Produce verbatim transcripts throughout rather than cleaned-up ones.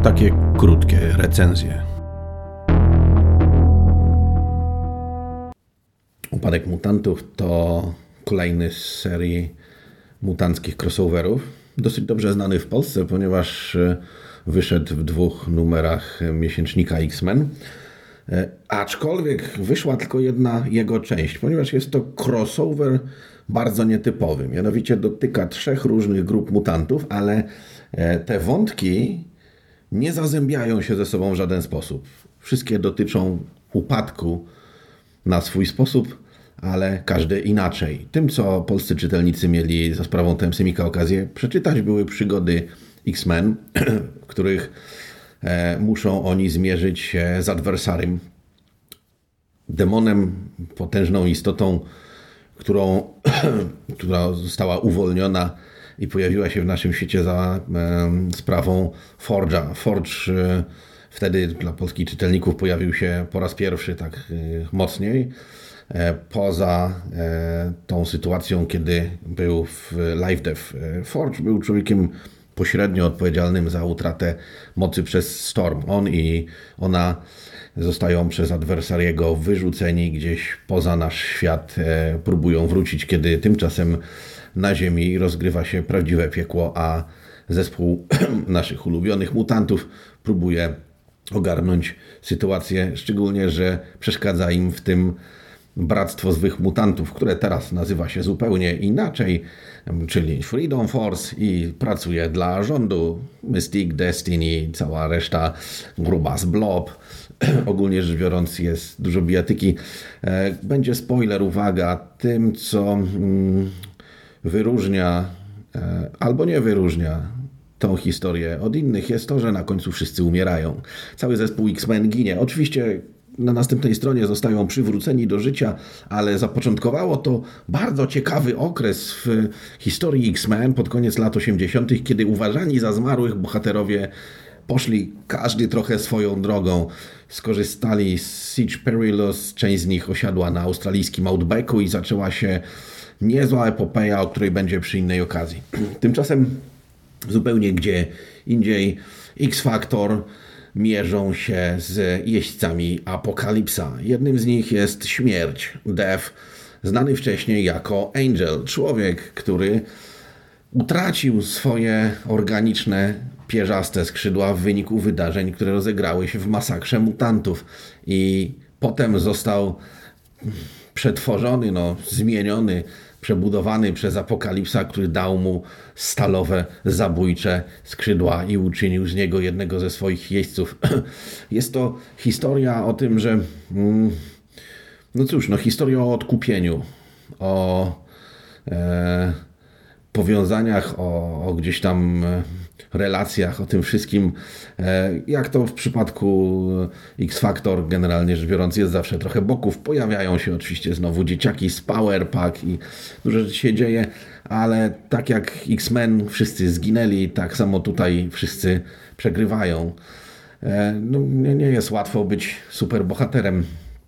Takie krótkie recenzje. Upadek Mutantów to kolejny z serii mutanckich crossoverów. Dosyć dobrze znany w Polsce, ponieważ wyszedł w dwóch numerach miesięcznika X-Men. Aczkolwiek wyszła tylko jedna jego część, ponieważ jest to crossover bardzo nietypowy. Mianowicie dotyka trzech różnych grup mutantów, ale te wątki nie zazębiają się ze sobą w żaden sposób. Wszystkie dotyczą upadku na swój sposób, ale każdy inaczej. Tym, co polscy czytelnicy mieli za sprawą T M Semika okazję przeczytać, były przygody X-Men, w których e, muszą oni zmierzyć się z adwersarym, demonem, potężną istotą, którą, która została uwolniona i pojawiła się w naszym świecie za e, sprawą Forge'a. Forge e, wtedy dla polskich czytelników pojawił się po raz pierwszy tak e, mocniej. Poza tą sytuacją, kiedy był w Life Death. Forge był człowiekiem pośrednio odpowiedzialnym za utratę mocy przez Storm. On i ona zostają przez adwersariego wyrzuceni gdzieś poza nasz świat, próbują wrócić, kiedy tymczasem na Ziemi rozgrywa się prawdziwe piekło, a zespół naszych ulubionych mutantów próbuje ogarnąć sytuację, szczególnie, że przeszkadza im w tym Bractwo Złych Mutantów, które teraz nazywa się zupełnie inaczej, czyli Freedom Force i pracuje dla rządu. Mystique, Destiny, cała reszta, grubas Blob. Ogólnie rzecz biorąc jest dużo bijatyki. Będzie spoiler, uwaga, tym co wyróżnia albo nie wyróżnia tą historię od innych jest to, że na końcu wszyscy umierają. Cały zespół X-Men ginie. Oczywiście na następnej stronie zostają przywróceni do życia, ale zapoczątkowało to bardzo ciekawy okres w historii X-Men pod koniec lat osiemdziesiątych, kiedy uważani za zmarłych bohaterowie poszli każdy trochę swoją drogą. Skorzystali z Siege Perilous, część z nich osiadła na australijskim Outbacku i zaczęła się niezła epopeja, o której będzie przy innej okazji. Tymczasem zupełnie gdzie indziej X-Factor mierzą się z jeźdźcami Apokalipsa. Jednym z nich jest Śmierć, Death, znany wcześniej jako Angel. Człowiek, który utracił swoje organiczne, pierzaste skrzydła w wyniku wydarzeń, które rozegrały się w masakrze mutantów. I potem został przetworzony, no, zmieniony, przebudowany przez Apokalipsa, który dał mu stalowe, zabójcze skrzydła i uczynił z niego jednego ze swoich jeźdźców. Jest to historia o tym, że no cóż, no historia o odkupieniu, o e, powiązaniach, o, o gdzieś tam relacjach, o tym wszystkim. Jak to w przypadku X-Factor, generalnie rzecz biorąc, jest zawsze trochę boków. Pojawiają się oczywiście znowu dzieciaki z Power Pack i dużo rzeczy się dzieje, ale tak jak X-Men wszyscy zginęli, tak samo tutaj wszyscy przegrywają. No, nie jest łatwo być superbohaterem.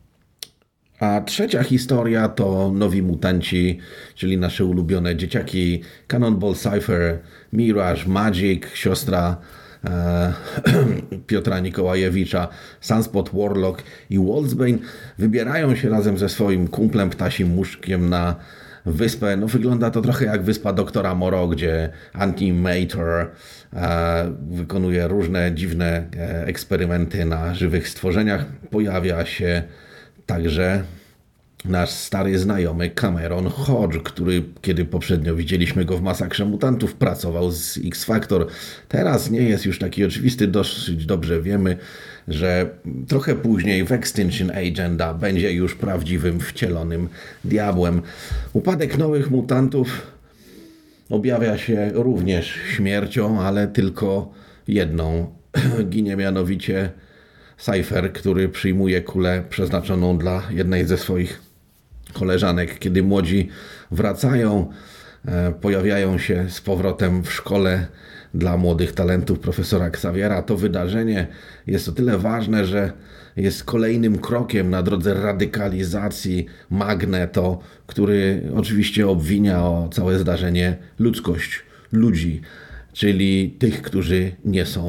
A trzecia historia to Nowi Mutanci, czyli nasze ulubione dzieciaki Cannonball Cypher, Mirage, Magic, siostra e, Piotra Nikołajewicza, Sunspot, Warlock i Wolfsbane wybierają się razem ze swoim kumplem Ptasim Muszkiem na wyspę. No, wygląda to trochę jak wyspa doktora Moreau, gdzie Antimatter e, wykonuje różne dziwne e, eksperymenty na żywych stworzeniach. Pojawia się także nasz stary znajomy Cameron Hodge, który, kiedy poprzednio widzieliśmy go w Masakrze Mutantów, pracował z X-Factor. Teraz nie jest już taki oczywisty, dosyć dobrze wiemy, że trochę później w Extinction Agenda będzie już prawdziwym, wcielonym diabłem. Upadek Nowych Mutantów objawia się również śmiercią, ale tylko jedną. Ginie mianowicie Cypher, który przyjmuje kulę przeznaczoną dla jednej ze swoich koleżanek. Kiedy młodzi wracają, pojawiają się z powrotem w szkole dla młodych talentów profesora Xaviera, to wydarzenie jest o tyle ważne, że jest kolejnym krokiem na drodze radykalizacji Magneto, który oczywiście obwinia o całe zdarzenie ludzkość, ludzi, czyli tych, którzy nie są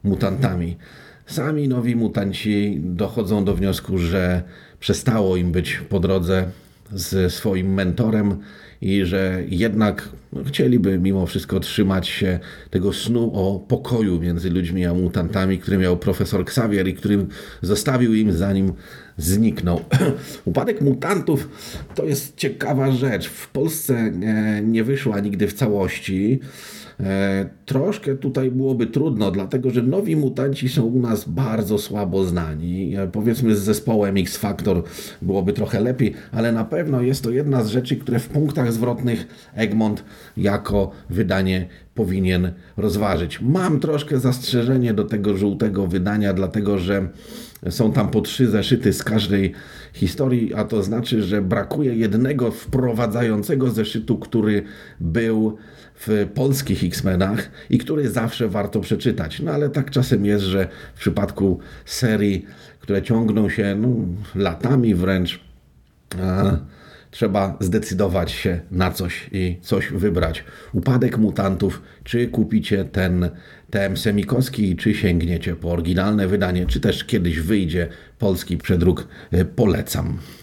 mutantami. Sami nowi mutanci dochodzą do wniosku, że przestało im być po drodze z swoim mentorem i że jednak chcieliby mimo wszystko trzymać się tego snu o pokoju między ludźmi a mutantami, który miał profesor Xavier i którym zostawił im, zanim zniknął. Upadek mutantów to jest ciekawa rzecz. W Polsce nie, nie wyszła nigdy w całości. E, troszkę tutaj byłoby trudno, dlatego że nowi mutanci są u nas bardzo słabo znani. E, powiedzmy z zespołem X-Factor byłoby trochę lepiej, ale na pewno jest to jedna z rzeczy, które w punktach zwrotnych Egmont jako wydanie powinien rozważyć. Mam troszkę zastrzeżenie do tego żółtego wydania, dlatego że są tam po trzy zeszyty z każdej historii, a to znaczy, że brakuje jednego wprowadzającego zeszytu, który był w polskich X-Menach i który zawsze warto przeczytać. No ale tak czasem jest, że w przypadku serii, które ciągną się no, latami wręcz, a, trzeba zdecydować się na coś i coś wybrać. Upadek mutantów, czy kupicie ten T M Semikowski, czy sięgniecie po oryginalne wydanie, czy też kiedyś wyjdzie polski przedruk, polecam.